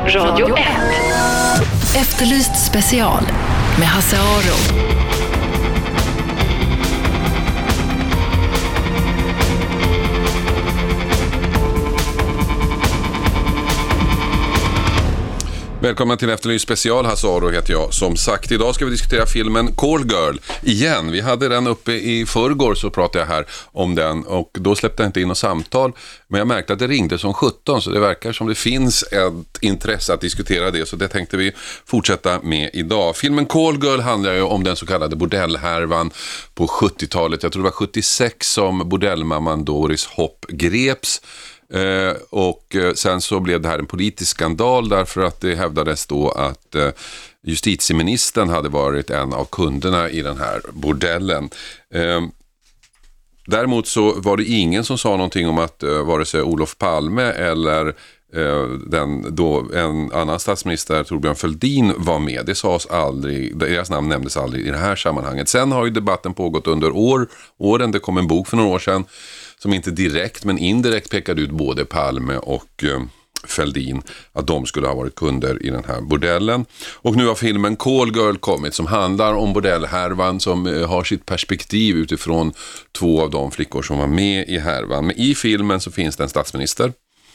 Radio 1. Efterlyst special med Hasse Aro. Välkommen till Efterlyst special, Hasse Aro heter jag. Som sagt, idag ska vi diskutera filmen Call Girl igen. Vi hade den uppe i förrgår, så pratade jag här om den och då släppte jag inte in något samtal. Men jag märkte att det ringde som 17, så det verkar som det finns ett intresse att diskutera det. Så det tänkte vi fortsätta med idag. Filmen Call Girl handlar ju om den så kallade bordellhärvan på 70-talet. Jag tror det var 76 som bordellmamman Doris Hopp greps. Och sen så blev det här en politisk skandal därför att det hävdades då att justitieministern hade varit en av kunderna i den här bordellen. Däremot så var det ingen som sa någonting om att vare sig Olof Palme eller en annan statsminister, Torbjörn Fälldin, var med. Det sades aldrig, deras namn nämndes aldrig i det här sammanhanget. Sen har ju debatten pågått under åren. Det kom en bok för några år sedan som inte direkt men indirekt pekade ut både Palme och Fälldin att de skulle ha varit kunder i den här bordellen. Och nu har filmen Call Girl kommit som handlar om bordellhärvan, som har sitt perspektiv utifrån två av de flickor som var med i härvan. Men i filmen så finns det en statsminister.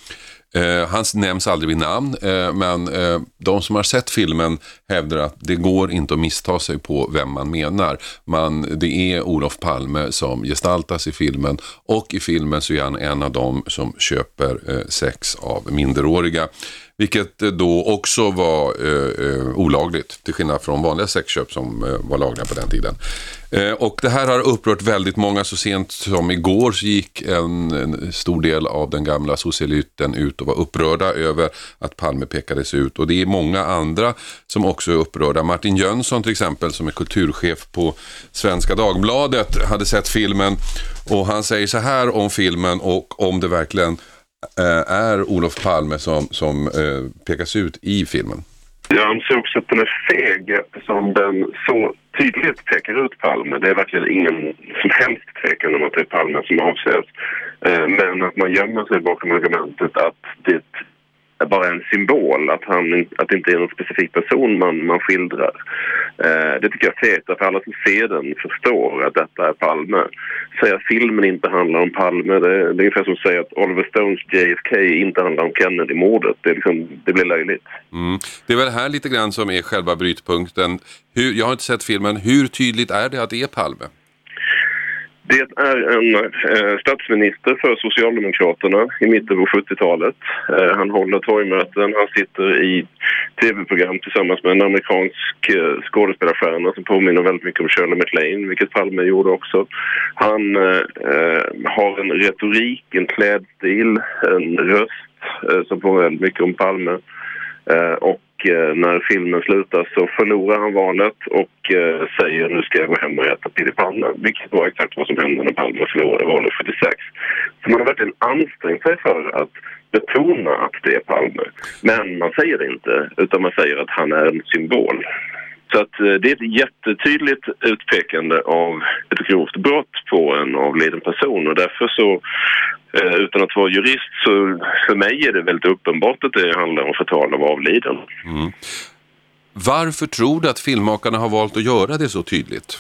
Han nämns aldrig vid namn, men de som har sett filmen hävdar att det går inte att missta sig på vem man menar. Det är Olof Palme som gestaltas i filmen, och i filmen så är han en av dem som köper sex av minderåriga. Vilket då också var olagligt, till skillnad från vanliga sexköp som var lagliga på den tiden. Och det här har upprört väldigt många. Så sent som igår så gick en stor del av den gamla socialiten ut och var upprörda över att Palme pekades ut. Och det är många andra som också är upprörda. Martin Jönsson till exempel, som är kulturchef på Svenska Dagbladet, hade sett filmen. Och han säger så här om filmen och om det verkligen är Olof Palme som pekas ut i filmen. Jag anser också att den är feg eftersom den så tydligt pekar ut Palme. Det är verkligen ingen som helst tvekan om att det är Palme som avses. Men att man gömmer sig bakom argumentet att det är bara en symbol, att det inte är någon specifik person man skildrar. Det tycker jag är fegt, för alla som ser den förstår att detta är Palme. Säger att filmen inte handlar om Palme, det är ungefär som att säga att Oliver Stones JFK inte handlar om Kennedy-mordet. Det blir löjligt. Det är väl här lite grann som är själva brytpunkten. Jag har inte sett filmen. Hur tydligt är det att det är Palme? Det är en statsminister för Socialdemokraterna i mitten på 70-talet. Han håller torgmöten, han sitter i tv-program tillsammans med en amerikansk skådespelarstjärna som påminner väldigt mycket om Shirley MacLaine, vilket Palme gjorde också. Han har en retorik, en klädstil, en röst som påminner väldigt mycket om Palme. Och när filmen slutar så förlorar han valet och säger nu ska jag gå hem och äta pyttipanna, vilket var exakt vad som hände när Palme förlorade valet 76. Så man har verkligen ansträngt sig för att betona att det är Palme. Men man säger det inte, utan man säger att han är en symbol. Så att det är ett jättetydligt utpekande av ett grovt brott på en avliden person, och därför så utan att vara jurist så för mig är det väldigt uppenbart att det handlar om förtal av avliden. Varför tror du att filmmakarna har valt att göra det så tydligt?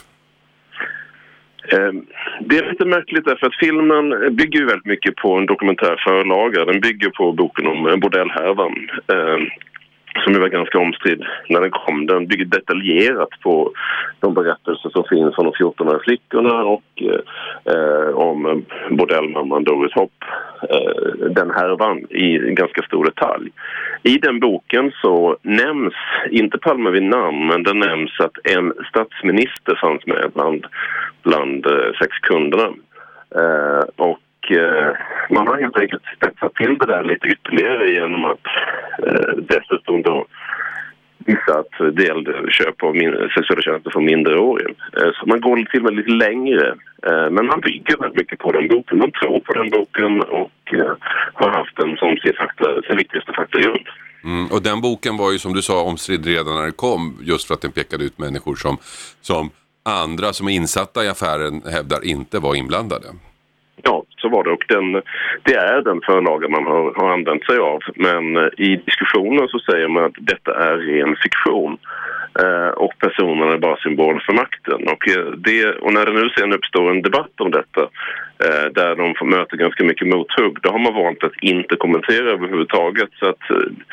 Det är lite märkligt därför att filmen bygger ju väldigt mycket på en dokumentär förlaga. Den bygger på boken om bordellhärvan. Som ju var ganska omstridd när den kom. Den bygger detaljerat på de berättelser som finns från de 14 flickorna och om bordellmamman Doris Hopp. Den härvan i en ganska stor detalj. I den boken så nämns, inte Palme vid namn, men det nämns att en statsminister fanns med bland sexkunderna. Och man har helt enkelt spetsat till det där lite ytterligare genom att dessutom då vissa att det gällde köp av sexuella tjänster från minderåriga. Så man går till och med lite längre. Men man bygger väldigt mycket på den boken. Man tror på den boken och har haft den som sin viktigaste faktorgrund. Och den boken var ju som du sa omstridd redan när det kom, just för att den pekade ut människor som andra som är insatta i affären hävdar inte var inblandade. Ja, så var det. Och det är den förlagen man har använt sig av. Men i diskussionen så säger man att detta är ren fiktion. Och personerna är bara symbol för makten. Och när det nu sen uppstår en debatt om detta där de får möta ganska mycket mothugg, då har man valt att inte kommentera överhuvudtaget. Så att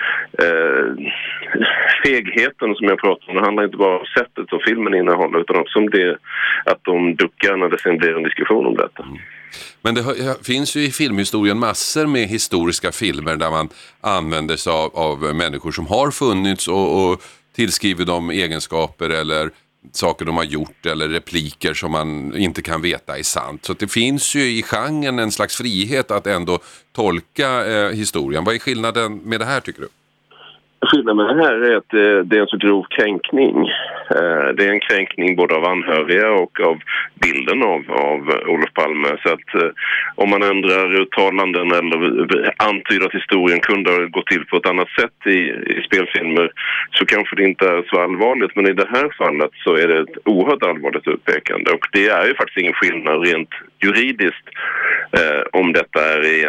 fegheten som jag pratar om, det handlar inte bara om sättet som filmen innehåller, utan också om det att de duckar när det sen blir en diskussion om detta. Men det finns ju i filmhistorien massor med historiska filmer där man använder sig av människor som har funnits och tillskriver dem egenskaper eller saker de har gjort eller repliker som man inte kan veta är sant. Så det finns ju i genren en slags frihet att ändå tolka historien. Vad är skillnaden med det här, tycker du? Skillnaden med det här är att det är en så grov kränkning. Det är en kränkning både av anhöriga och av bilden av Olof Palme. Så att om man ändrar uttalanden eller antyder att historien kunde ha gått till på ett annat sätt i spelfilmer, så kanske det inte är så allvarligt. Men i det här fallet så är det ett oerhört allvarligt utpekande. Och det är ju faktiskt ingen skillnad rent juridiskt om detta är i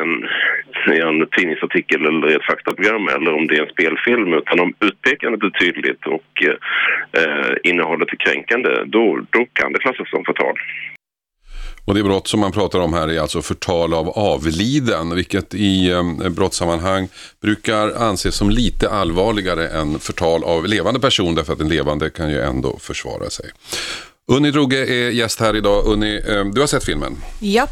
en tidningsartikel eller i ett faktaprogram eller om det är en spelfilm, utan om utpekandet är tydligt och innehållet är kränkande, då kan det klassas som förtal. Och det brott som man pratar om här är alltså förtal av avliden, vilket i brottssammanhang brukar anses som lite allvarligare än förtal av levande person, därför att en levande kan ju ändå försvara sig. Unni Drougge är gäst här idag. Unni, du har sett filmen? Ja.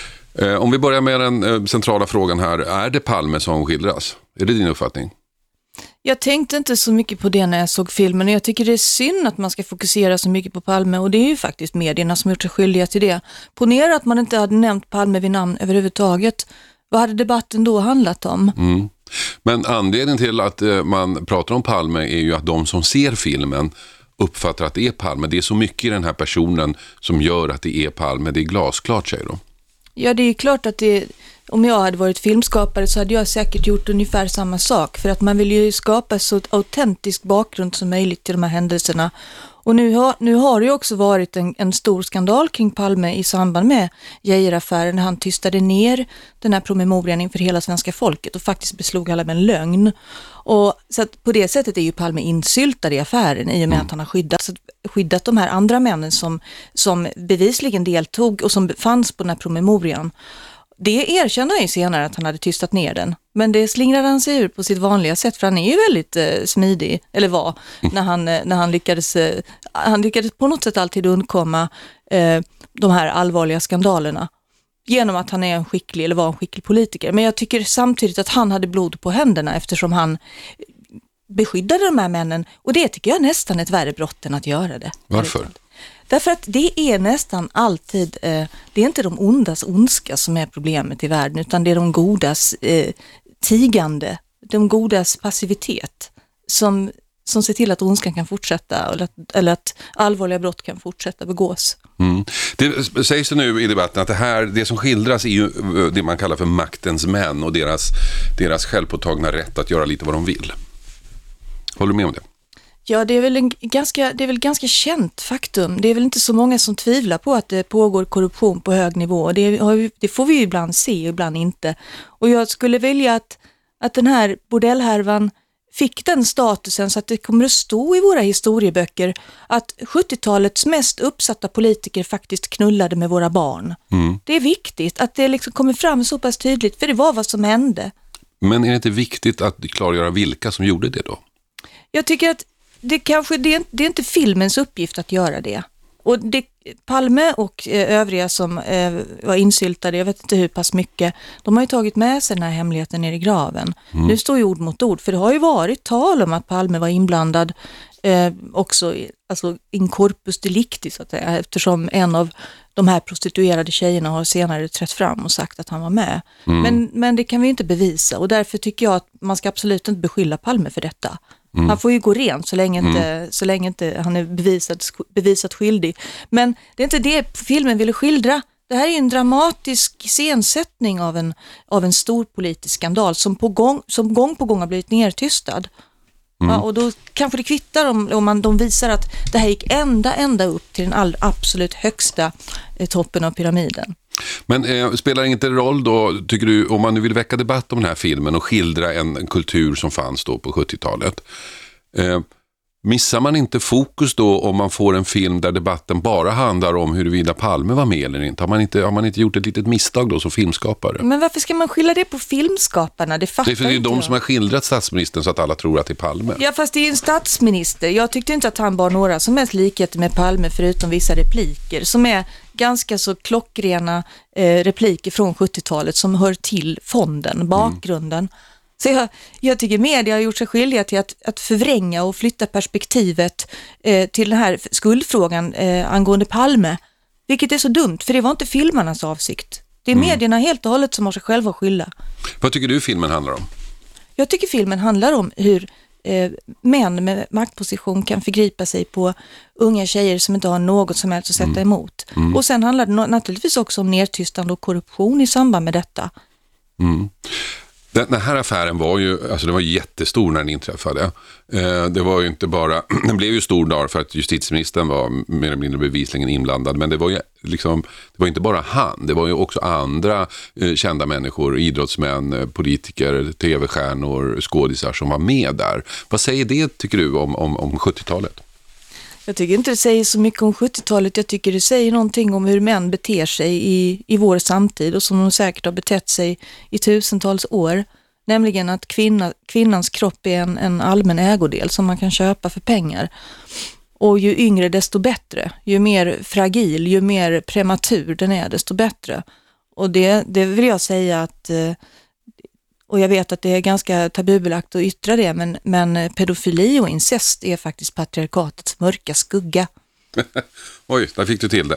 Om vi börjar med den centrala frågan här, är det Palme som skildras? Är det din uppfattning? Jag tänkte inte så mycket på det när jag såg filmen, och jag tycker det är synd att man ska fokusera så mycket på Palme, och det är ju faktiskt medierna som gjort sig skyldiga till det. Ponera att man inte hade nämnt Palme vid namn överhuvudtaget. Vad hade debatten då handlat om? Mm. Men anledningen till att man pratar om Palme är ju att de som ser filmen uppfattar att det är Palme. Det är så mycket i den här personen som gör att det är Palme. Det är glasklart, säger de. Ja, det är klart att om jag hade varit filmskapare så hade jag säkert gjort ungefär samma sak. För att man vill ju skapa så autentisk bakgrund som möjligt till de här händelserna. Och nu har det ju också varit en stor skandal kring Palme i samband med Geijeraffären, när han tystade ner den här promemorian inför hela svenska folket och faktiskt beslog alla med en lögn. Och så att på det sättet är ju Palme insyltad i affären i och med att han har skyddat de här andra männen som bevisligen deltog och som fanns på den här promemorian. Det erkände han ju senare att han hade tystat ner den. Men det slingrade han sig ur på sitt vanliga sätt, för han är ju väldigt smidig, eller när han lyckades på något sätt alltid undkomma de här allvarliga skandalerna genom att han är var en skicklig politiker. Men jag tycker samtidigt att han hade blod på händerna eftersom han beskyddade de här männen, och det tycker jag nästan ett värre brott än att göra det. Varför? Därför att det är nästan alltid, det är inte de ondas ondska som är problemet i världen, utan det är de godas tigande, de godas passivitet som ser till att ondskan kan fortsätta eller att allvarliga brott kan fortsätta begås. Mm. Det sägs nu i debatten att det som skildras är ju det man kallar för maktens män och deras självpåtagna rätt att göra lite vad de vill. Håller du med om det? Ja, det är väl ganska känt faktum. Det är väl inte så många som tvivlar på att det pågår korruption på hög nivå. Det får vi ju ibland se och ibland inte. Och jag skulle vilja att den här bordellhärvan fick den statusen så att det kommer att stå i våra historieböcker att 70-talets mest uppsatta politiker faktiskt knullade med våra barn. Mm. Det är viktigt att det liksom kommer fram så pass tydligt, för det var vad som hände. Men är det inte viktigt att klargöra vilka som gjorde det då? Jag tycker att det är inte filmens uppgift att göra det. Och Palme och övriga som var insyltade, jag vet inte hur pass mycket, de har ju tagit med sig den här hemligheten ner i graven. Mm. Nu står ju ord mot ord, för det har ju varit tal om att Palme var inblandad också, alltså in corpus delicti så att säga, eftersom en av de här prostituerade tjejerna har senare trätt fram och sagt att han var med. Mm. Men det kan vi inte bevisa, och därför tycker jag att man ska absolut inte beskylla Palme för detta. Mm. Han får ju gå rent så länge inte han är bevisat skyldig. Men det är inte det filmen ville skildra. Det här är en dramatisk scensättning av en stor politisk skandal som gång på gång har blivit nertystad. Mm. Ja, och då kanske det kvittar om de visar att det här gick ända upp till den absolut högsta toppen av pyramiden. Men spelar det inte roll då, tycker du, om man nu vill väcka debatt om den här filmen och skildra en kultur som fanns då på 70-talet, missar man inte fokus då om man får en film där debatten bara handlar om huruvida Palme var med eller inte? Har man inte gjort ett litet misstag då som filmskapare? Men varför ska man skylla det på filmskaparna? Det fattar det är för det är ju de jag. som har skildrat statsministern så att alla tror att det är Palme. Ja, fast det är ju en statsminister. Jag tyckte inte att han bar några som helst likheter med Palme förutom vissa repliker som är ganska så klockrena repliker från 70-talet som hör till fonden, bakgrunden. Så jag tycker media har gjort sig skyldiga till att förvränga och flytta perspektivet till den här skuldfrågan angående Palme. Vilket är så dumt, för det var inte filmarnas avsikt. Det är medierna helt och hållet som har sig själva att skylla. Vad tycker du filmen handlar om? Jag tycker filmen handlar om hur män med maktposition kan förgripa sig på unga tjejer som inte har något som helst att sätta emot. Och sen handlar det naturligtvis också om nedtystande och korruption i samband med detta. Den här affären var ju, alltså det var jättestor när den inträffade. Det var ju inte bara, den blev ju stor dag för att justitieministern var mer eller mindre bevisligen inblandad, men det var ju liksom, det var inte bara han, det var ju också andra kända människor, idrottsmän, politiker, tv-stjärnor, skådisar som var med där. Vad säger det, tycker du, om 70-talet? Jag tycker inte det säger så mycket om 70-talet. Jag tycker det säger någonting om hur män beter sig i vår samtid och som de säkert har betett sig i tusentals år. Nämligen att kvinnans kropp är en allmän ägodel som man kan köpa för pengar. Och ju yngre desto bättre. Ju mer fragil, ju mer prematur den är desto bättre. Och det vill jag säga att... Och jag vet att det är ganska tabubelagt att yttra det, men pedofili och incest är faktiskt patriarkatets mörka skugga. Oj, där fick du till det.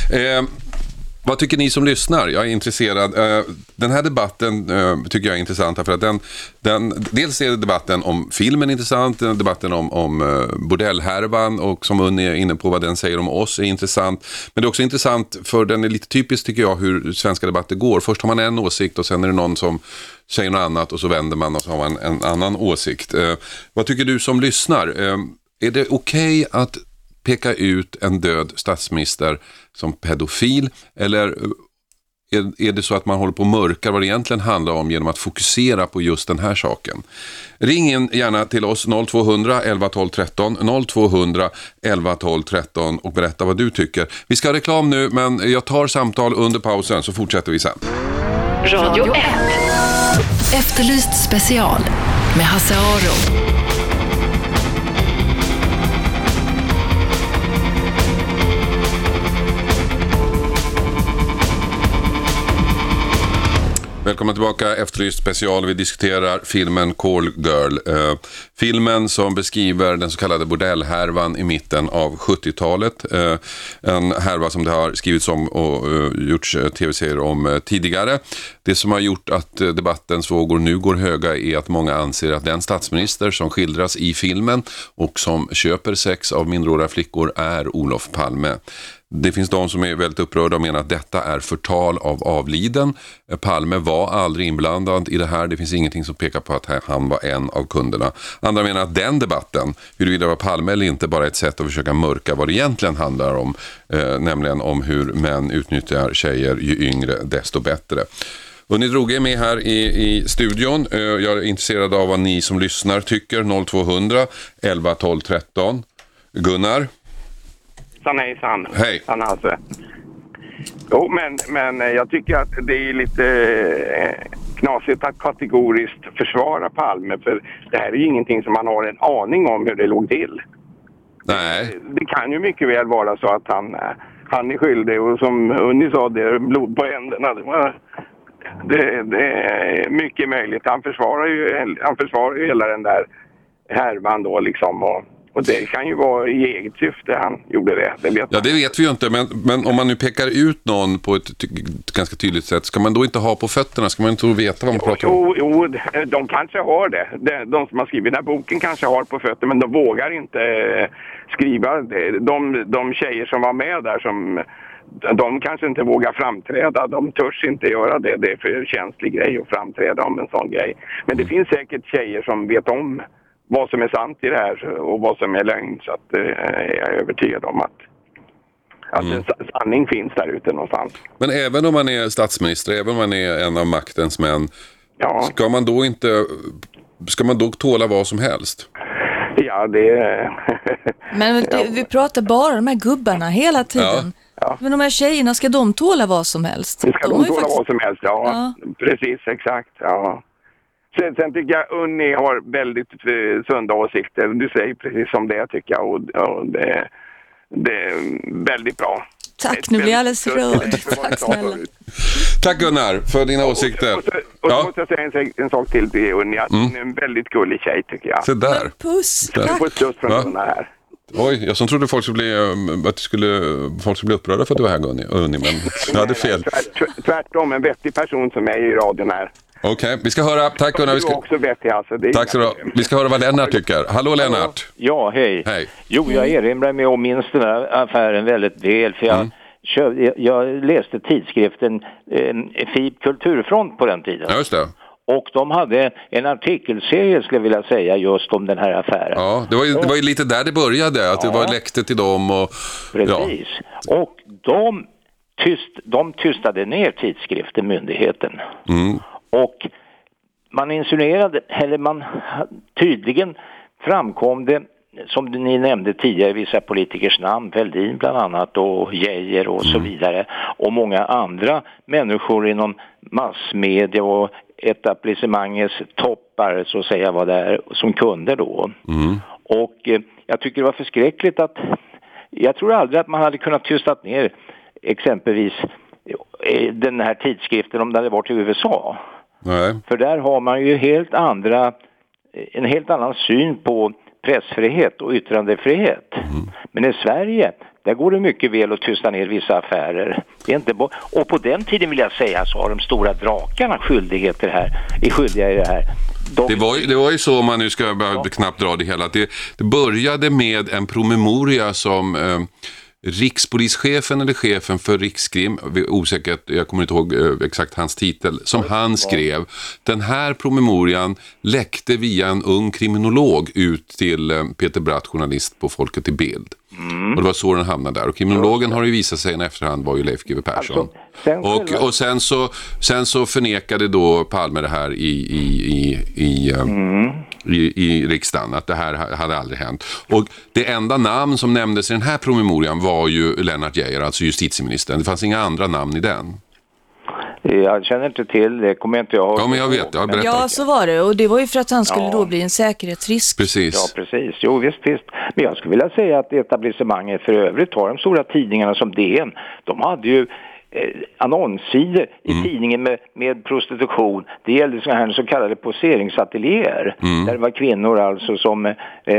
Vad tycker ni som lyssnar? Jag är intresserad. Den här debatten tycker jag är intressant för att dels är debatten om filmen intressant, debatten om bordellhärvan och som Unni är inne på vad den säger om oss är intressant. Men det är också intressant för den är lite typiskt tycker jag hur svenska debatter går. Först har man en åsikt och sen är det någon som säger något annat och så vänder man och så har man en annan åsikt. Vad tycker du som lyssnar? Är det okej att peka ut en död statsminister som pedofil eller är det så att man håller på att mörka vad det egentligen handlar om genom att fokusera på just den här saken? Ring in gärna till oss 0200 11 12 13 0200 11 12 13 och berätta vad du tycker. Vi ska ha reklam nu men jag tar samtal under pausen så fortsätter vi sen. Radio 1. Efterlyst special med Hasse Aro. Välkommen tillbaka, Efterlyst special. Vi diskuterar filmen Call Girl. Filmen som beskriver den så kallade bordellhärvan i mitten av 70-talet. En härva som det har skrivits om och gjorts tv-serier om tidigare. Det som har gjort att debattens vågor nu går höga är att många anser att den statsminister som skildras i filmen och som köper sex av minderåriga flickor är Olof Palme. Det finns de som är väldigt upprörda och menar att detta är förtal av avliden. Palme var aldrig inblandad i det här. Det finns ingenting som pekar på att han var en av kunderna. Andra menar att den debatten, huruvida det var Palme eller inte, bara är ett sätt att försöka mörka vad det egentligen handlar om. Nämligen om hur män utnyttjar tjejer, ju yngre desto bättre. Unni Droge är med här i studion. Jag är intresserad av vad ni som lyssnar tycker. 0200 11 12 13. Gunnar? Hejsan. Hej. Alltså. Jo, men jag tycker att det är lite knasigt att kategoriskt försvara Palme, för det här är ju ingenting som man har en aning om hur det låg till. Nej. Det kan ju mycket väl vara så att han är skyldig, och som Unni sa, det är blod på händerna. Det är mycket möjligt. Han försvarar ju hela den där härvan då liksom, och det kan ju vara i eget syfte han gjorde det. Det vet vi ju inte, men om man nu pekar ut någon på ett ganska tydligt sätt, ska man då inte ha på fötterna? Ska man inte veta vad man pratar om? Jo, de kanske har det. De som har skrivit den här boken kanske har på fötterna, men de vågar inte skriva det. De tjejer som var med där, de kanske inte vågar framträda. De törs inte göra det. Det är för känslig grej att framträda om en sån grej. Men det finns säkert tjejer som vet om vad som är sant i det här och vad som är lögn, så att jag är övertygad om Att en sanning finns där ute någonstans. Men även om man är statsminister, även om man är en av maktens män, ska man då tåla vad som helst? Ja, det... Men vi pratar bara om de här gubbarna hela tiden. Ja. Men de här tjejerna, ska de tåla vad som helst? Ska de tåla vad som helst, ja. Precis, exakt, ja. Sen tycker jag Unni har väldigt sunda åsikter. Du säger precis som det tycker jag. Och det är väldigt bra. Tack, nu blir jag alldeles rörd. Tack snälla. Tack Gunnar för dina åsikter. Och så måste jag säga en sak till Unni. Att hon är en väldigt gullig tjej tycker jag. Så där. Puss, tack. Du får ett puss från Gunnar här. Oj, jag som trodde folk skulle bli upprörda för att du var här Unni, men jag hade fel. Tvärtom, en vettig person som är i radion här. Okej, vi ska höra. Tack Gunnar. Du är också vettig alltså. Tack så mycket. Vi ska höra vad Lennart tycker. Hallå Lennart. Ja, hej. Hej. Jo, jag erinrar mig och minns den här affären väldigt väl. För jag läste tidskriften FIB Kulturfront på den tiden. Ja, just det. Och de hade en artikelserie, skulle jag vilja säga, just om den här affären. Ja, det var ju lite där det började, att det var läckte till dem. Och, precis. Ja. Och de tystade ner tidskriften, myndigheten. Mm. Och man insinuerade, eller man tydligen framkom det, som ni nämnde tidigare, vissa politikers namn, Fälldin bland annat och Geijer och så vidare, och många andra människor inom massmedia och etablissemangets toppar, så att säga, var där som kunder då. Mm. Och jag tycker det var förskräckligt att jag tror aldrig att man hade kunnat tystat ner exempelvis den här tidskriften om det hade varit i USA. Nej. För där har man ju en helt annan syn på pressfrihet och yttrandefrihet. Mm. Men i Sverige, där går det mycket väl att tysta ner vissa affärer. Det är inte och på den tiden vill jag säga så har de stora drakarna skyldigheter här, är skyldiga i det här. Det var ju så, om man nu ska knappt dra det hela, att det började med en promemoria som rikspolischefen eller chefen för Rikskrim, osäkert, jag kommer inte ihåg exakt hans titel, som han skrev. Den här promemorian läckte via en ung kriminolog ut till Peter Bratt, journalist på Folket i Bild. Mm. Och det var så den hamnade där. Och kriminologen har ju visat sig i efterhand var ju Leif GW Persson. Alltså, och sen så förnekade då Palme det här i riksdagen, att det här hade aldrig hänt. Och det enda namn som nämndes i den här promemorian var ju Lennart Geijer, alltså justitieministern. Det fanns inga andra namn i den. Jag känner inte till det, kommer inte jag ihåg. Ja, men jag vet, jag berättar. Ja, så var det. Och det var ju för att han skulle då bli en säkerhetsrisk. Precis. Ja, precis. Jo, visst. Men jag skulle vilja säga att etablissemanget för övrigt har de stora tidningarna som DN. De hade ju annonssidor i tidningen med prostitution. Det gällde såna här så kallade poseringsateljéer där det var kvinnor alltså som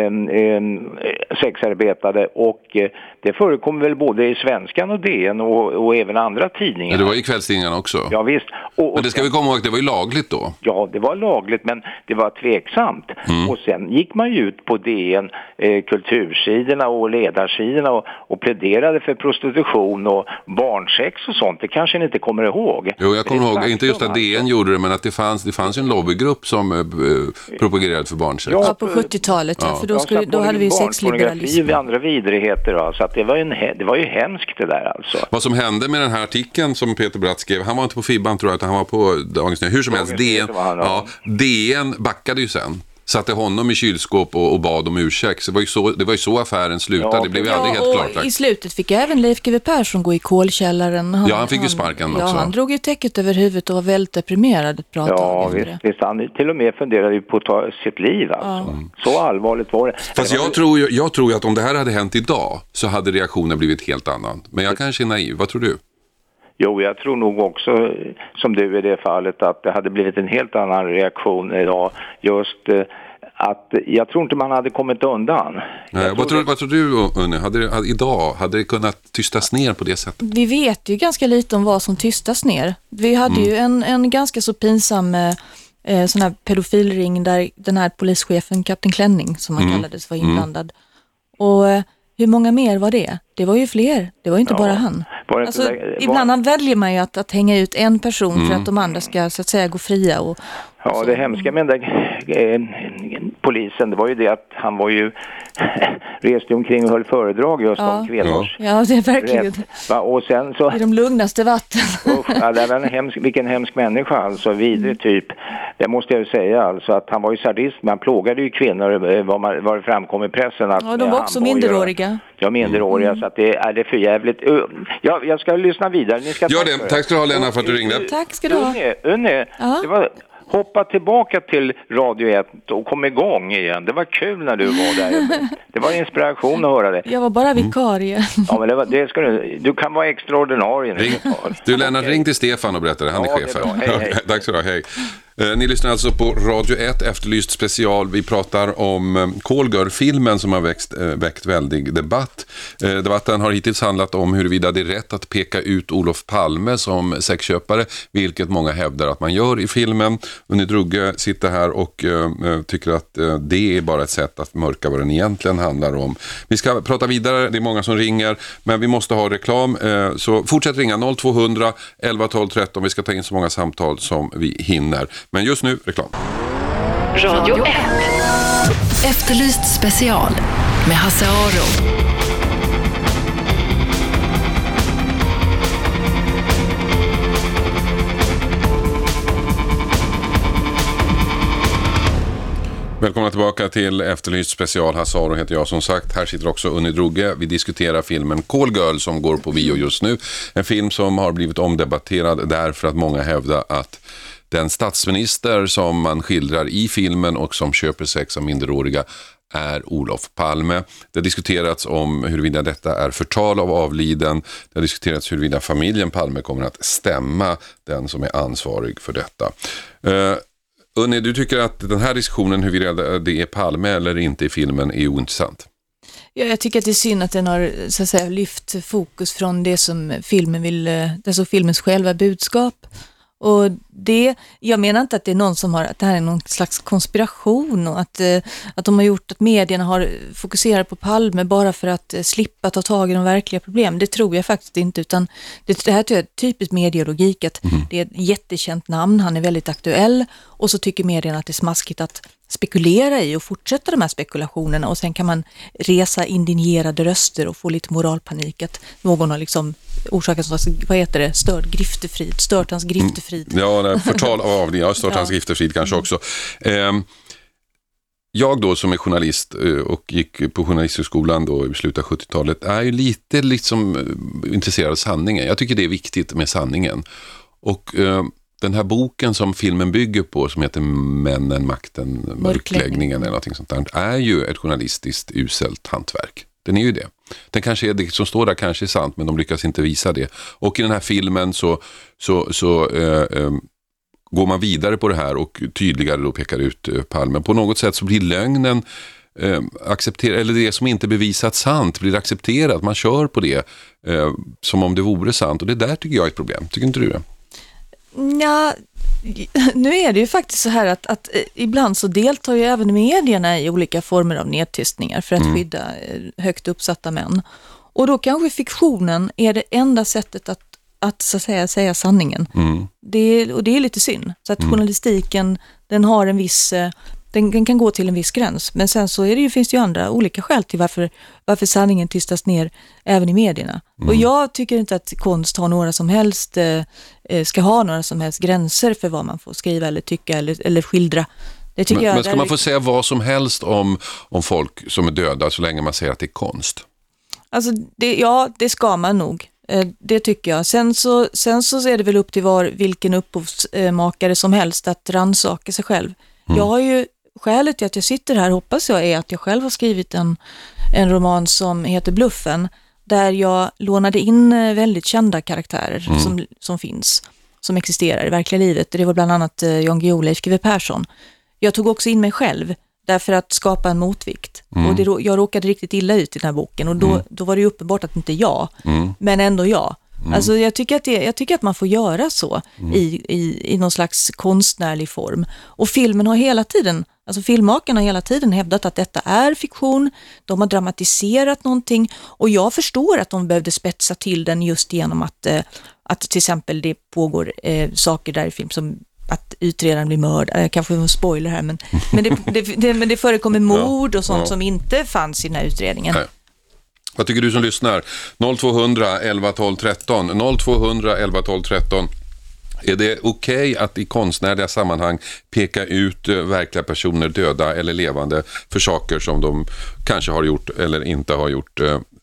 sexarbetade, och det förekom väl både i Svenskan och DN och även andra tidningar. Ja, det var i kvällstidningarna också. Ja, visst. Men det ska vi komma ihåg, det var ju lagligt då. Ja, det var lagligt, men det var tveksamt. Och sen gick man ju ut på DN, kultursidorna och ledarsidorna och pläderade för prostitution och barnsex och sånt. Det kanske ni inte kommer ihåg. Jo, jag kommer ihåg, inte just att DN gjorde det, men att det fanns en lobbygrupp som propagerade för barnsex. Ja, på 70-talet, för då hade vi sexliberalism. Andra vidrigheter då, så att det var ju hemskt det där alltså. Vad som hände med den här artikeln som Peter Bratt skrev, han var inte på Fibban tror jag, utan han var på Dagens Nyheter. Hur som helst, DN backade ju sen. Satte honom i kylskåp och bad om ursäkt. Så det var ju så affären slutade. Det blev ju aldrig helt klart. I slutet fick även Leif GW Persson gå i kolkällaren. Han fick ju sparken också. Ja, han drog ju täcket över huvudet och var väldigt deprimerad ett bra tag efter det. Visst, han till och med funderade ju på att ta sitt liv alltså. Så allvarligt var det. Fast jag tror att om det här hade hänt idag så hade reaktionen blivit helt annan. Men jag kanske är naiv. Vad tror du? Jo, jag tror nog också som du i det fallet att det hade blivit en helt annan reaktion idag. Just att jag tror inte man hade kommit undan. Nej, vad tror du, Unni? Hade det kunnat tystas ner på det sättet? Vi vet ju ganska lite om vad som tystas ner. Vi hade ju en ganska så pinsam sån här pedofilring där den här polischefen, Kapten Klänning som han kallades, var inblandad. Och hur många mer var det? Det var ju fler. Det var ju inte bara han. Ibland väljer man ju att hänga ut en person för att de andra ska så att säga gå fria. Ja, det hemska med den där polisen, det var ju det att han var ju reste omkring och höll föredrag just om kvinnors. Ja, det är verkligen. Och sen så... I de lugnaste vatten. Ja, det var vilken hemsk människa, alltså vidrig typ. Det måste jag ju säga, alltså att han var ju sadist, men han plågade ju kvinnor, vad det framkom i pressen. Att ja, de var också minderåriga. Ja, minderåriga, så att det är för jävligt. Ja, jag ska lyssna vidare. Ni ska Tack ska du ha, Lena, för att du ringde. Tack ska du ha. Unne, det var... Hoppa tillbaka till Radio 1 och kom igång igen. Det var kul när du var där. Det var inspiration att höra det. Jag var bara vikarie. Ja, men det ska du kan vara extraordinarie. Du Lennart, ring till Stefan och berätta det. Han är chef här. Hej. Tack så du ha, hej. Ni lyssnar alltså på Radio 1 Efterlyst special. Vi pratar om Call Girl-filmen som har väckt väldig debatt. Debatten har hittills handlat om huruvida det är rätt att peka ut Olof Palme som sexköpare, vilket många hävdar att man gör i filmen. Unni Drugge sitter här och tycker att det är bara ett sätt att mörka vad den egentligen handlar om. Vi ska prata vidare, det är många som ringer, men vi måste ha reklam. Så fortsätt ringa 0200 11 12 13. Vi ska ta in så många samtal som vi hinner. Men just nu, reklam. Radio 1. Efterlyst special med Hasse Aro. Välkomna tillbaka till Efterlyst special. Hasse Aro heter jag som sagt. Här sitter också Unni Drugge. Vi diskuterar filmen Call Girl som går på bio just nu. En film som har blivit omdebatterad därför att många hävdar att den statsminister som man skildrar i filmen och som köper sex av minderåriga är Olof Palme. Det har diskuterats om huruvida detta är förtal av avliden. Det har diskuterats huruvida familjen Palme kommer att stämma den som är ansvarig för detta. Unni, du tycker att den här diskussionen huruvida det är Palme eller inte i filmen är ointressant? Ja, jag tycker att det är synd att den har så att säga lyft fokus från det som filmen vill, alltså filmens själva budskap. Och jag menar inte att det är någon som har, att det här är någon slags konspiration och att de har gjort att medierna har fokuserat på Palme bara för att slippa ta tag i de verkliga problem. Det tror jag faktiskt inte, utan det här är typiskt medielogik att det är ett jättekänt namn, han är väldigt aktuell och så tycker medierna att det är smaskigt att spekulera i och fortsätta de här spekulationerna och sen kan man resa indignerade röster och få lite moralpanik att någon har liksom orsakat stört hans griftefrid. Ja, förtal av det, stört hans griftefrid kanske också. Jag då som är journalist och gick på journalisthögskolan då i slutet av 70-talet är ju lite liksom intresserad av sanningen. Jag tycker det är viktigt med sanningen. Och den här boken som filmen bygger på som heter Männen, makten, mörkläggningen eller någonting sånt där är ju ett journalistiskt uselt hantverk. Den är ju det. Den kanske är det som står där kanske är sant, men de lyckas inte visa det. Och i den här filmen så går man vidare på det här och tydligare då pekar ut Palme. På något sätt så blir lögnen accepterad, eller det som inte bevisat sant blir accepterat. Man kör på det som om det vore sant. Och det där tycker jag är ett problem. Tycker inte du det? Ja, nu är det ju faktiskt så här att ibland så deltar ju även medierna i olika former av nedtystningar för att skydda högt uppsatta män. Och då kanske fiktionen är det enda sättet att så att säga sanningen. Och det är lite synd. Så att journalistiken, den har en viss... Den kan gå till en viss gräns. Men sen så finns det ju andra olika skäl till varför sanningen tystas ner även i medierna. Och jag tycker inte att konst har några som helst, ska ha några som helst gränser för vad man får skriva eller tycka eller skildra. Det tycker men ska man få säga vad som helst om folk som är döda så länge man säger att det är konst? Alltså, det ska man nog. Det tycker jag. Sen så är det väl upp till vilken upphovsmakare som helst att rannsaka sig själv. Jag har ju skälet till att jag sitter här, hoppas jag, är att jag själv har skrivit en roman som heter Bluffen, där jag lånade in väldigt kända karaktärer som finns, som existerar i verkliga livet. Det var bland annat Jan Guillou, Leif GW Persson. Jag tog också in mig själv därför att skapa en motvikt. Och jag råkade riktigt illa ut i den här boken och då var det ju uppenbart att inte jag, men ändå jag. Alltså jag tycker att man får göra så i någon slags konstnärlig form. Och filmen har hela tiden, alltså filmmakarna har hela tiden hävdat att detta är fiktion. De har dramatiserat någonting och jag förstår att de behövde spetsa till den just genom att till exempel det pågår saker där i film som att utredaren blir mördad. Kanske en spoiler här, men det förekommer mord och sånt som inte fanns i den här utredningen. Nej. Vad tycker du som lyssnar? 0200 11 12 13. 0200 11 12 13. Är det okej att i konstnärliga sammanhang peka ut verkliga personer, döda eller levande, för saker som de kanske har gjort eller inte har gjort?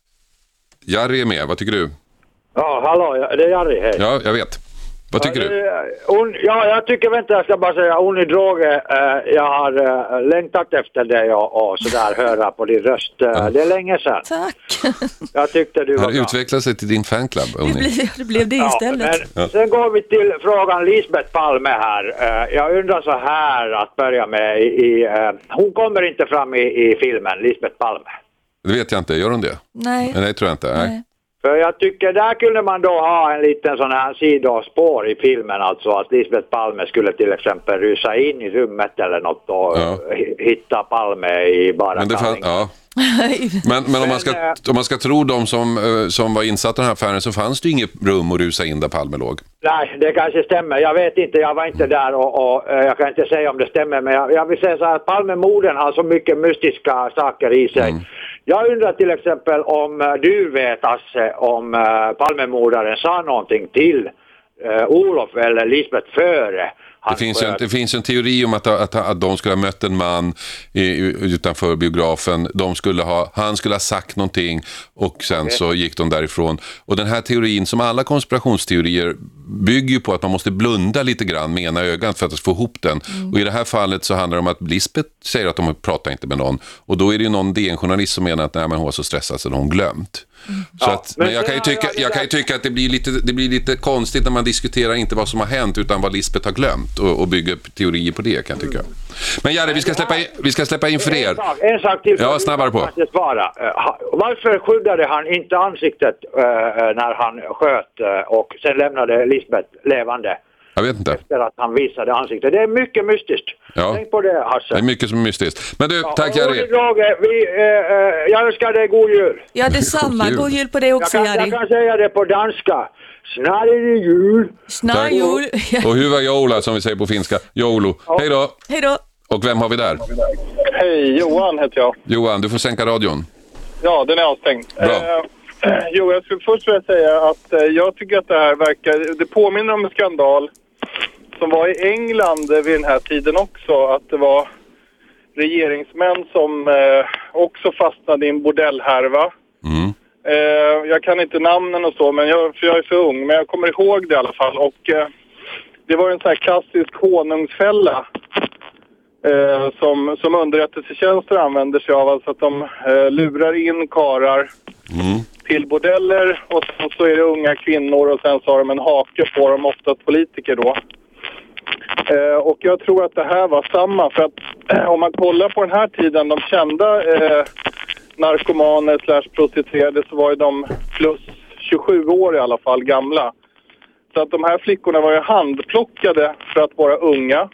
Jari är med, vad tycker du? Ja, hallå, det är Jari här. Ja, jag vet. Vad tycker du? Jag tycker, jag ska bara säga, Onni Droge, jag har längtat efter dig och sådär, höra på din röst. Det är länge sedan. Tack. Jag tyckte du var bra. Har utvecklat sig till din fanclub, Onni? Det blev det istället. Men sen går vi till frågan Lisbeth Palme här. Jag undrar så här att börja med. Hon kommer inte fram i filmen, Lisbeth Palme. Det vet jag inte, gör hon det? Nej. Nej, tror jag inte. Nej. För jag tycker där kunde man då ha en liten sån här sidospår i filmen, alltså att Lisbeth Palme skulle till exempel rusa in i rummet eller något och hitta Palme i bara kallingar. Men om man ska tro de som var insatta i den här affären, så fanns det ju inget rum att rusa in där Palme låg. Nej, det kanske stämmer. Jag vet inte, jag var inte där och jag kan inte säga om det stämmer, men jag vill säga så här att Palmemorden har så mycket mystiska saker i sig. Jag undrar till exempel om du vet, Asse, om Palmemordaren sa någonting till Olof eller Lisbeth före. Det finns en teori om att de skulle ha mött en man utanför biografen. Han skulle ha sagt någonting och sen så gick de därifrån. Och den här teorin, som alla konspirationsteorier, bygger på att man måste blunda lite grann med ena ögat för att få ihop den. Och i det här fallet så handlar det om att Lisbeth säger att de pratar inte med någon. Och då är det ju någon DN-journalist som menar att nej, men hon var så stressad så hon glömt. Så att, men jag kan ju tycka att det blir lite konstigt när man diskuterar inte vad som har hänt utan vad Lisbeth har glömt och bygger teorier på det, kan jag tycka. Men Jari, vi ska släppa in för er. En sak till. Ja, snabbare på. Varför skyddade han inte ansiktet när han sköt och sen lämnade Lisbeth levande? Jag vet inte. Efter att han visade ansiktet. Det är mycket mystiskt. Tänk på det, Hasse. Det är mycket som är mystiskt. Men du, tack Jari. Jag önskar dig god jul. Ja, detsamma. God jul på dig också, Jari. Jag kan säga det på danska. Snarare jul. Snarare jul. Och hyvä joula, som vi säger på finska. Joulu. Hej då. Hej då. Och vem har vi där? Hej, Johan heter jag. Johan, du får sänka radion. Ja, den är avstängd. Bra. Jag skulle först vilja säga att jag tycker att det här det påminner om en skandal som var i England vid den här tiden också, att det var regeringsmän som också fastnade i en bordellhärva. Jag kan inte namnen och så, men för jag är för ung, men jag kommer ihåg det i alla fall. Och det var en sån här klassisk honungsfälla som underrättelsetjänster använder sig av, alltså att de lurar in karar till bordeller och sen så är det unga kvinnor och sen så har de en hake på dem, ofta politiker då. Och jag tror att det här var samma, för att om man kollar på den här tiden, de kända narkomaner / prostituerade, så var ju de plus 27 år i alla fall gamla. Så att de här flickorna var ju handplockade för att vara unga.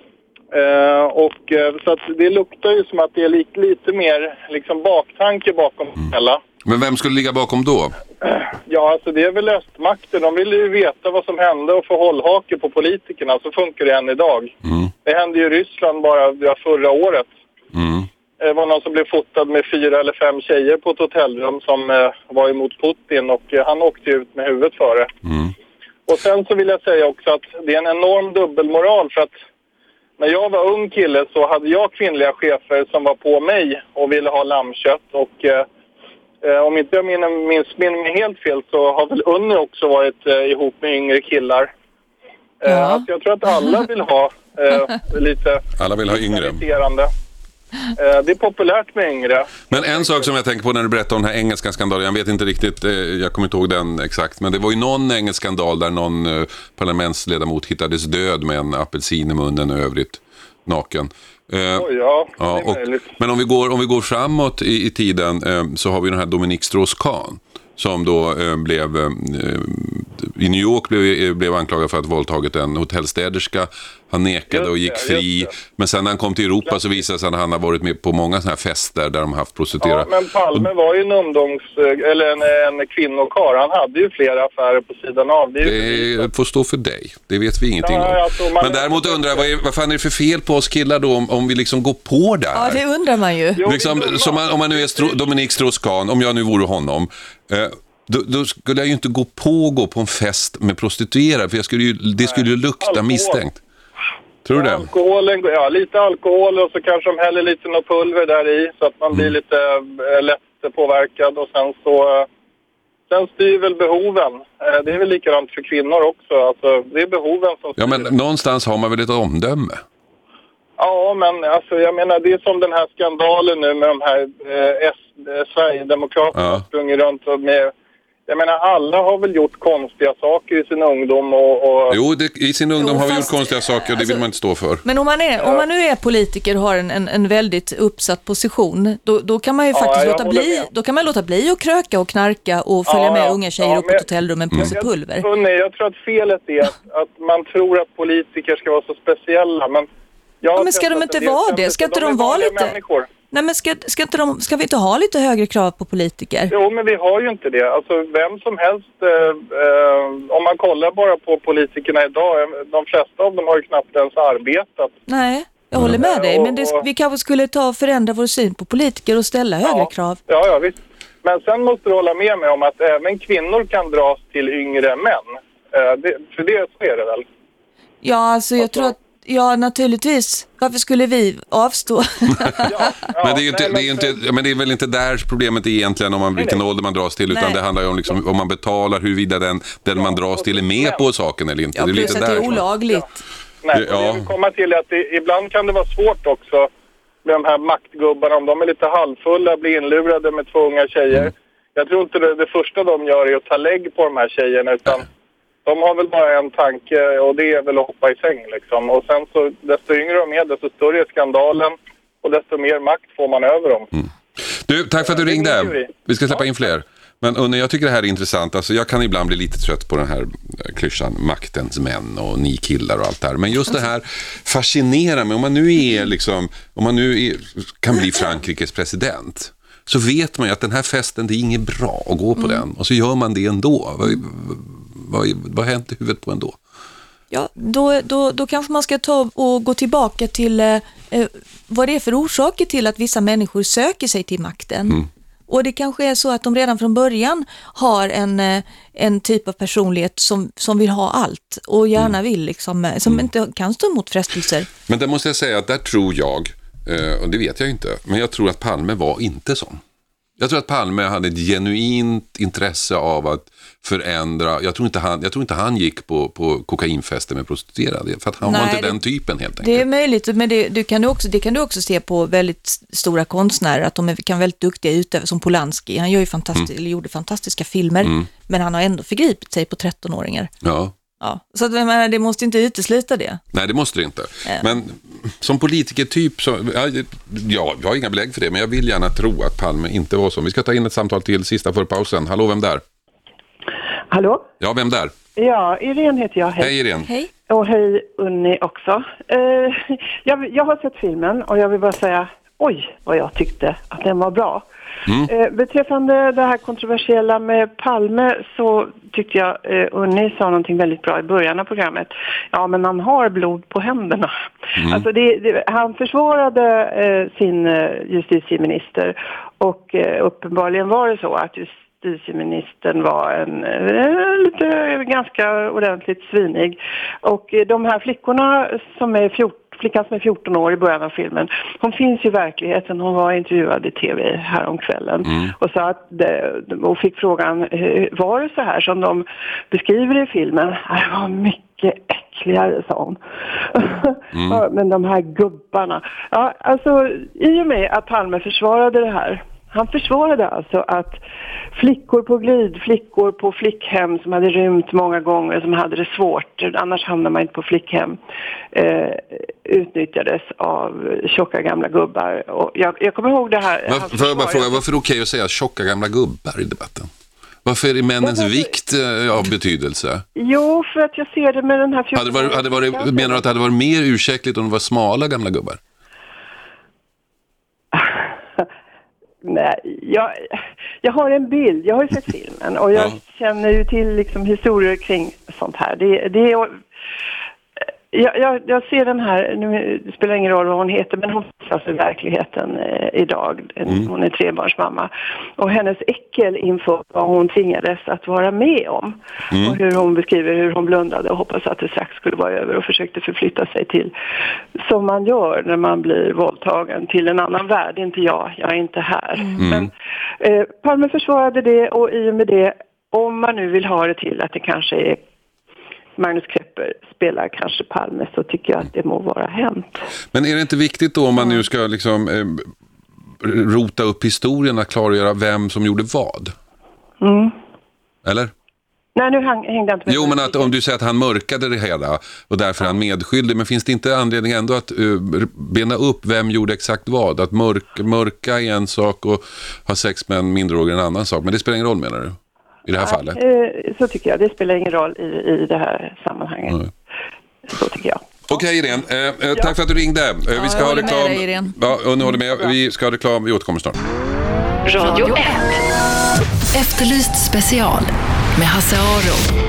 Så att det luktar ju som att det är lite mer liksom baktanke bakom hela. Men vem skulle ligga bakom då? Ja, alltså det är väl östmakten. De ville ju veta vad som hände och få hållhake på politikerna. Så funkar det än idag. Det hände ju i Ryssland bara förra året. Det var någon som blev fotad med 4 eller 5 tjejer på ett hotellrum som var emot Putin, och han åkte ut med huvudet före. Och sen så vill jag säga också att det är en enorm dubbelmoral, för att när jag var ung kille så hade jag kvinnliga chefer som var på mig och ville ha lammkött, och om inte jag minns mig helt fel så har väl Unni också varit ihop med yngre killar. Alltså jag tror att alla vill ha lite... Alla vill ha yngre. Det är populärt med yngre. Men en sak som jag tänker på när du berättar om den här engelska skandalen, jag vet inte riktigt, jag kommer inte ihåg den exakt, men det var ju någon engelsk skandal där någon parlamentsledamot hittades död med en apelsin i munnen och övrigt naken. Men om vi går framåt i tiden så har vi den här Dominique Strauss-Kahn som då i New York blev anklagad för att våldtagit en hotellstäderska. Han nekade och gick fri. Men sen när han kom till Europa så visade sig att han har varit med på många sådana här fester där de haft prostituerade. Ja, men Palme var ju en kvinnokar. Han hade ju flera affärer på sidan av. Det får stå för dig. Det vet vi ingenting om. Men däremot undrar jag, vad fan är det för fel på oss killar då om vi liksom går på där? Ja, det undrar man ju. Liksom, om man nu är Dominique Strauss-Kahn, om jag nu vore honom... Då skulle jag ju inte gå på en fest med prostituerade, för det skulle ju lukta alkohol. Misstänkt. Tror du det? Lite alkohol och så kanske de häller lite något pulver där i så att man blir lite lätt påverkad och sen styr väl behoven. Det är väl likadant för kvinnor också. Alltså, det är behoven som styr. Ja, men någonstans har man väl ett omdöme? Ja, men alltså, jag menar, det är som den här skandalen nu med de här Sverigedemokraterna sprungit runt och med... Jag menar, alla har väl gjort konstiga saker i sin ungdom och... Jo, i sin ungdom har vi gjort konstiga saker och det vill man inte stå för. Men om man nu är politiker och har en väldigt uppsatt position, då kan man ju faktiskt låta bli att kröka och knarka och följa med unga tjejer upp på hotellrummen på sig pulver. Nej, jag tror att felet är att man tror att politiker ska vara så speciella, men... men ska de inte vara det? Ska inte de vara lite... Människor. Nej, men ska vi inte ha lite högre krav på politiker? Jo, men vi har ju inte det. Alltså, vem som helst, om man kollar bara på politikerna idag, de flesta av dem har ju knappt ens arbetat. Nej, jag håller med dig. Men vi kanske skulle förändra vår syn på politiker och ställa högre krav. Ja, visst. Men sen måste du hålla med mig om att även kvinnor kan dras till yngre män. För det så är det väl? Ja, alltså jag tror att naturligtvis. Varför skulle vi avstå? Men det är väl inte där problemet är egentligen om vilken ålder man dras till, utan det handlar ju om liksom, om man betalar huruvida den man dras till är med på saken eller inte. Ja, det är lite där. Det är olagligt. Nej, jag vill komma till att ibland kan det vara svårt också med de här maktgubbarna, om de är lite halvfulla, blir inlurade med 2 unga tjejer. Jag tror inte det första de gör är att ta lägg på de här tjejerna, utan de har väl bara en tanke och det är väl att hoppa i säng liksom. Och sen så desto yngre de är, desto större är skandalen och desto mer makt får man över dem. Du, tack för att du ringde. Vi ska släppa in fler. Men Unne, jag tycker det här är intressant. Alltså, jag kan ibland bli lite trött på den här klyschan maktens män och ni killar och allt det här. Men just det här fascinerar mig. Om man nu kan bli Frankrikes president, så vet man ju att den här festen, det är inget bra att gå på den. Och så gör man det ändå. Vad hänt i huvudet på ändå? Ja, då kanske man ska ta och gå tillbaka till vad det är för orsaker till att vissa människor söker sig till makten. Och det kanske är så att de redan från början har en typ av personlighet som vill ha allt och gärna vill liksom, som inte kan stå emot frestelser. Men det måste jag säga att där tror jag, och det vet jag inte, men jag tror att Palme var inte sån. Jag tror att Palme hade ett genuint intresse av att förändra. Jag tror inte han gick på kokainfester med prostituerade, för att han var inte den typen helt enkelt. Det är möjligt, men det kan du också se på väldigt stora konstnärer, att de kan väldigt duktiga utövare, som Polanski. Han gjorde fantastiska filmer, men han har ändå förgripit sig på 13-åringar. Ja. Så att, det måste inte utesluta det. Nej, det måste det inte. Men som politikertyp, jag har inga belägg för det, men jag vill gärna tro att Palme inte var så. Vi ska ta in ett samtal till sista för pausen. Hallå, vem där? Hallå? Ja, vem där? Ja, Irene heter jag. Hej Irene. Hej. Och hej Unni också. Jag har sett filmen och jag vill bara säga, oj vad jag tyckte att den var bra. Beträffande det här kontroversiella med Palme så tyckte jag Unni sa någonting väldigt bra i början av programmet. Ja, men han har blod på händerna. Alltså han försvarade sin justitieminister och uppenbarligen var det så att justitieministern var ganska ordentligt svinig. Och de här flickorna flickan som är 14 år i början av filmen, hon finns i verkligheten. Hon var intervjuad i tv häromkvällen och sa att och fick frågan, var det så här som de beskriver i filmen? Det var mycket äckligare, sa hon. Men de här gubbarna. Ja, alltså i och med att Palme försvarade det här. Han försvarade alltså att flickor på glid, flickor på flickhem som hade rymt många gånger, som hade det svårt, annars hamnar man inte på flickhem, utnyttjades av tjocka gamla gubbar. Och jag kommer ihåg det här. Får jag bara fråga, varför är det okej att säga tjocka gamla gubbar i debatten? Varför är det männens vikt av betydelse? Jo, för att jag ser det med den här 14 menar du att det hade varit mer ursäktligt om det var smala gamla gubbar? Nej, jag har en bild. Jag har ju sett filmen och jag känner ju till liksom historier kring sånt här. Jag ser den här, nu spelar ingen roll vad hon heter, men hon finns i verkligheten idag. Hon är trebarnsmamma. Och hennes äckel inför vad hon tvingades att vara med om. Och hur hon beskriver hur hon blundade och hoppades att det strax skulle vara över och försökte förflytta sig till, som man gör när man blir våldtagen, till en annan värld. Inte jag är inte här. Men Palme försvarade det, och i och med det, om man nu vill ha det till att det kanske är Magnus Klepper spelar kanske Palme, så tycker jag att det må vara hänt. Men är det inte viktigt då, om man nu ska liksom rota upp historien, att klargöra vem som gjorde vad? Eller? Nej, nu hängde jag inte med. Jo, men att, om du säger att han mörkade det hela och därför är han medskyldig, men finns det inte anledning ändå att bena upp vem gjorde exakt vad? Att mörka är en sak och ha sex med en minderårig en annan sak, men det spelar ingen roll, menar du? I det här fallet? Så tycker jag. Det spelar ingen roll i det här sammanhanget. Så tycker jag. Okej, Irene. Tack för att du ringde. Vi ska ha reklam. Med dig, Irene. Ja, och nu håller med. Vi ska ha reklam. Vi återkommer snart. Radio 1. Efterlyst special med Hasse Aro.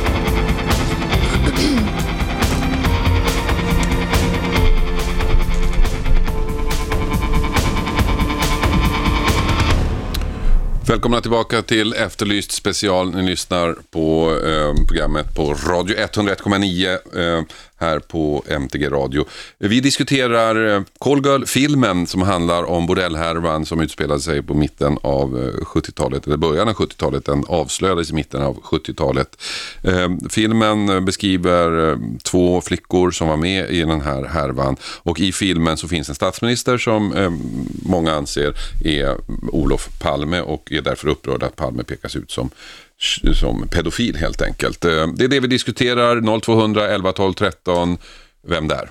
Välkomna tillbaka till Efterlyst special. Ni lyssnar på programmet på Radio 101,9 här på MTG Radio. Vi diskuterar Call Girl-filmen som handlar om bordellhärvan som utspelade sig på mitten av 70-talet, eller början av 70-talet. Den avslöjades i mitten av 70-talet. Filmen beskriver 2 flickor som var med i den här härvan, och i filmen så finns en statsminister som många anser är Olof Palme, och är därför upprörd att Palme pekas ut som pedofil helt enkelt. Det är det vi diskuterar. 0200 11 12 13. Vem där?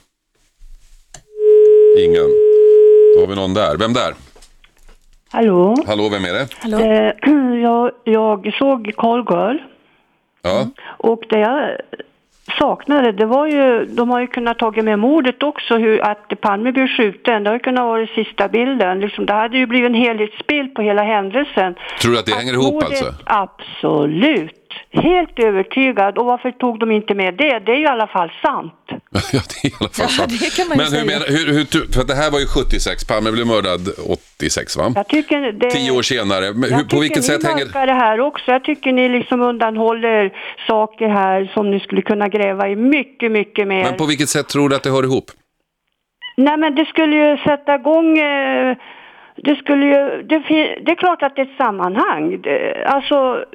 Ingen. Då har vi någon där. Vem där? Hallå? Hallå, vem är det? Hallå? Jag såg Call Girl. Ja. Och det jag saknade, det var ju, de har ju kunnat ta med mordet också, att Palme blev skjuten. Det har ju kunnat vara sista bilden. Liksom, det hade ju blivit en helhetsbild på hela händelsen. Tror du att det hänger ihop alltså? Absolut. Helt övertygad. Och varför tog de inte med det? Det är ju i alla fall sant. Ja, det är i alla fall sant. Det kan man men hur, för det här var ju 76. Palme blev mördad 86, va? Jag tycker det, 10 år senare. Men på vilket sätt hänger det här också? Jag tycker ni liksom undanhåller saker här som ni skulle kunna gräva i mycket, mycket mer. Men på vilket sätt tror du att det hör ihop? Nej, men det skulle ju sätta igång... Det skulle ju, det är klart att det är ett sammanhang. Alltså,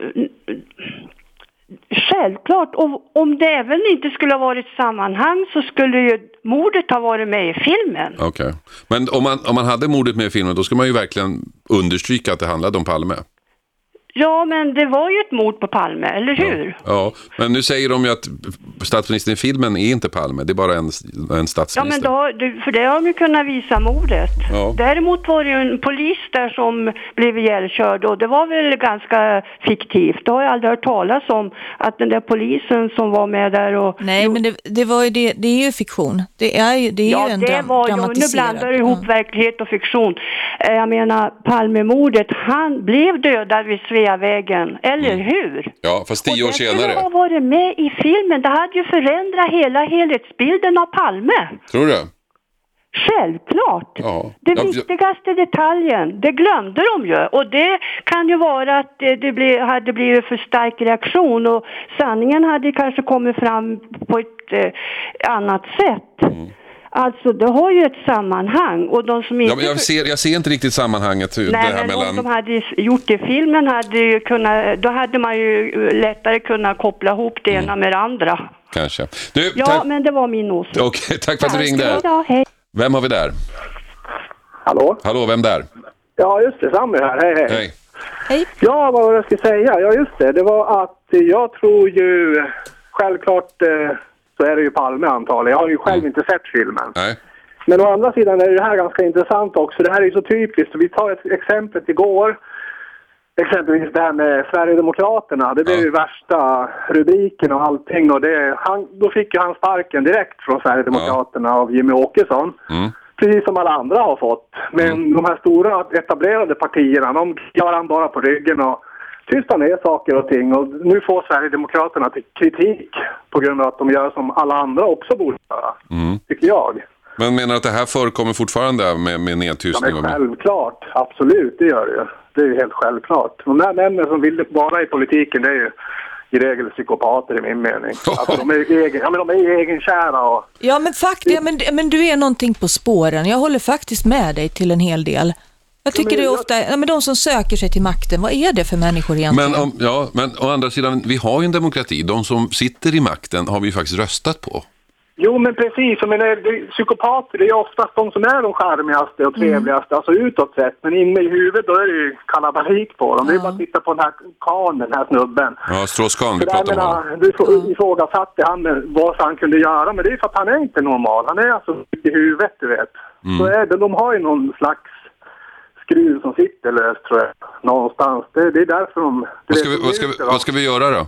självklart. Och om det även inte skulle ha varit ett sammanhang, så skulle ju mordet ha varit med i filmen. Okej. Men om man hade mordet med i filmen, då ska man ju verkligen understryka att det handlade om Palme. Ja, men det var ju ett mord på Palme, eller hur? Ja, men nu säger de ju att statsministern i filmen är inte Palme, det är bara en statsminister. Ja, men för det har de ju kunnat visa mordet. Ja. Däremot var det ju en polis där som blev ihjälkörd, och det var väl ganska fiktivt. Det har jag aldrig hört talas om, att den där polisen som var med där och... Nej, men det var ju det är ju fiktion. Det är ju en dramatiserad. Nu blandar du ihop verklighet och fiktion. Jag menar, Palmemordet, han blev dödad vid Sveavägen, eller hur? Ja, fast 10 år senare. Och det skulle ha varit med i filmen. Det hade ju förändrat hela helhetsbilden av Palme. Tror du? Självklart. Ja. Det viktigaste detaljen, det glömde de ju. Och det kan ju vara att det hade blivit för stark reaktion, och sanningen hade kanske kommit fram på ett annat sätt. Alltså, det har ju ett sammanhang, och de som inte... Jag ser inte riktigt sammanhanget. Nej, det här men om de hade gjort det i filmen, då hade man ju lättare kunnat koppla ihop det ena med det andra. Kanske. Men det var min åsikt. Okej, tack för att du ringde. Hej. Vem har vi där? Hallå? Hallå, vem där? Ja, just det, Sammy här. Hej. Hej. Ja, vad jag ska säga? Ja, just det. Det var att jag tror ju... Självklart så är det ju Palme antagligen. Jag har ju själv inte sett filmen. Nej. Men å andra sidan är det här ganska intressant också. Det här är ju så typiskt. Vi tar ett exempel igår. exempelvis det här med Sverigedemokraterna. Det blev ju värsta rubriken och allting. Och då fick ju han sparken direkt från Sverigedemokraterna av Jimmy Åkesson. Precis som alla andra har fått. Men de här stora etablerade partierna, de gör han bara på ryggen och tystar ner saker och ting. Och nu får Sverigedemokraterna kritik på grund av att de gör som alla andra också borde göra, tycker jag. Men menar att det här förekommer fortfarande med nedtystning? Ja, men självklart, absolut, det gör det. Det är ju helt självklart. De där männen som vill vara i politiken, det är ju i regel psykopater i min mening. Alltså, de är egenkära och... Ja, men faktiskt, men du är någonting på spåren. Jag håller faktiskt med dig till en hel del. Jag tycker det är ofta, men de som söker sig till makten, vad är det för människor egentligen? Men å andra sidan, vi har ju en demokrati. De som sitter i makten har vi ju faktiskt röstat på. Jo, men precis. Men psykopater, det är oftast de som är de charmigaste och trevligaste, alltså utåt sett. Men inne i huvudet, då är det ju kalabalik på dem. Det är bara att titta på den här snubben. Ja, Strauss-Kahn, vi pratar om. Du ifrågasatte han vad han kunde göra, men det är för att han är inte normal. Han är alltså i huvudet, du vet. Så är det, de har ju någon slags skruv som sitter löst, tror jag, någonstans. Det är därför de... Vad ska vi göra då?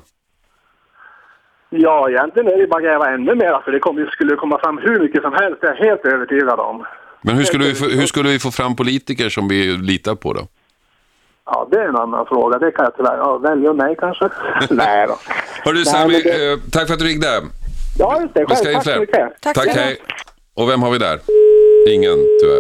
Ja, egentligen är det bara att gräva ännu mer, för det skulle komma fram hur mycket som helst, det är jag helt övertygad om. Men hur skulle vi få fram politiker som vi litar på då? Ja, det är en annan fråga. Det kan jag tyvärr välja mig kanske. Nej då. Hörru Sami, tack för att du ringde. Ja, just det. Tack så mycket. Tack, hej. Och vem har vi där? Ingen, tyvärr.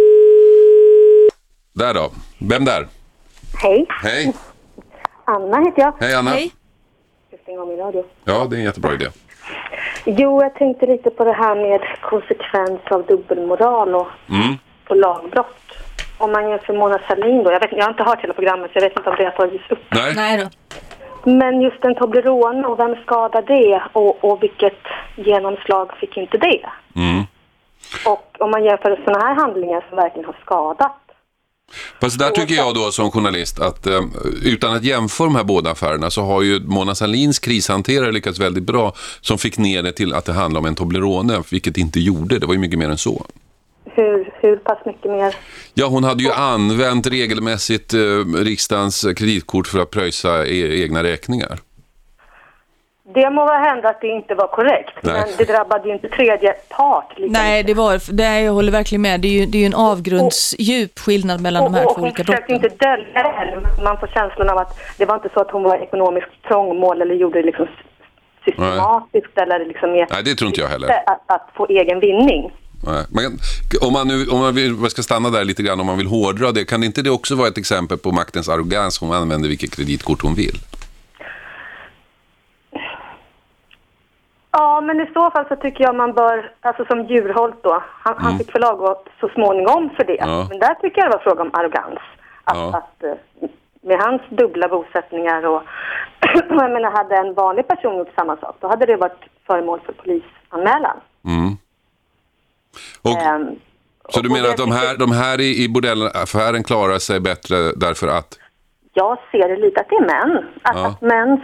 Där då. Vem där? Hej. Hej. Anna heter jag. Hej Anna. Hej. Stäng av min radio. Ja, det är en jättebra idé. Jo, jag tänkte lite på det här med konsekvens av dubbelmoral och lagbrott. Om man jämför Mona Sahlin då. Jag har inte hört hela programmet, så jag vet inte om det har tagits upp. Nej då. Men just en Toblerone, och vem skadar det? Och vilket genomslag fick inte det? Och om man jämför sådana här handlingar som verkligen har skadat. Fast där tycker jag då som journalist att utan att jämföra de här båda affärerna så har ju Mona Sahlins krishanterare lyckats väldigt bra, som fick ner det till att det handlar om en Toblerone, vilket inte gjorde. Det var ju mycket mer än så. Hur pass mycket mer? Ja, hon hade ju använt regelmässigt riksdagens kreditkort för att pröjsa egna räkningar. Det må vara hända att det inte var korrekt, men det drabbade ju inte tredje part. Nej, jag håller verkligen med. Det är ju en avgrundsdjup skillnad mellan de här två olika brotten. Hon försökte inte dölja det heller. Man får känslan av att det var inte så att hon var ekonomiskt trångmål eller gjorde det liksom systematiskt. Nej. Eller liksom nej, det tror inte jag heller. Att få egen vinning. Nej. Men om man ska stanna där lite grann, om man vill hårdra det, kan inte det också vara ett exempel på maktens arrogans? Hon använder vilket kreditkort hon vill. Ja, men i så fall så tycker jag man bör, alltså som Djurholt då, han fick förlag så småningom för det. Ja. Men där tycker jag det var fråga om arrogans. Att med hans dubbla bosättningar och jag menar, hade en vanlig person gjort samma sak, då hade det varit föremål för polisanmälan. Så du menar att de här i bordellaffären klarar sig bättre därför att... Jag ser det lite att det är män. Att mäns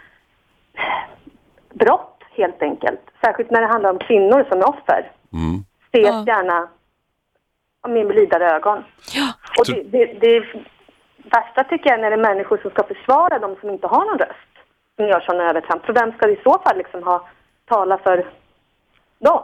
brott helt enkelt, särskilt när det handlar om kvinnor som är offer, ses gärna med blidare ögon. Ja. Och det värsta tycker jag när det är människor som ska försvara dem som inte har någon röst, som gör sådana övertramp. Så vem ska i så fall liksom tala för dem?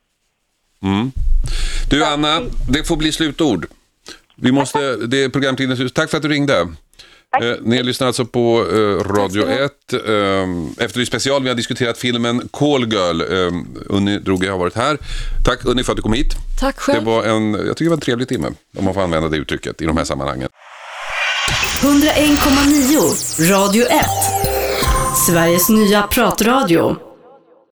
Du Anna, det får bli slutord. Det är programtidens hus. Tack för att du ringde. Ni lyssnar alltså på Radio 1 Efterlyst special. Vi har diskuterat filmen Call Girl. Unni Droge har varit här. Tack Unni för att du kom hit. Tack själv. Jag tycker det var en trevlig timme, om man får använda det uttrycket i de här sammanhangen. 101,9 Radio 1 Sveriges nya pratradio.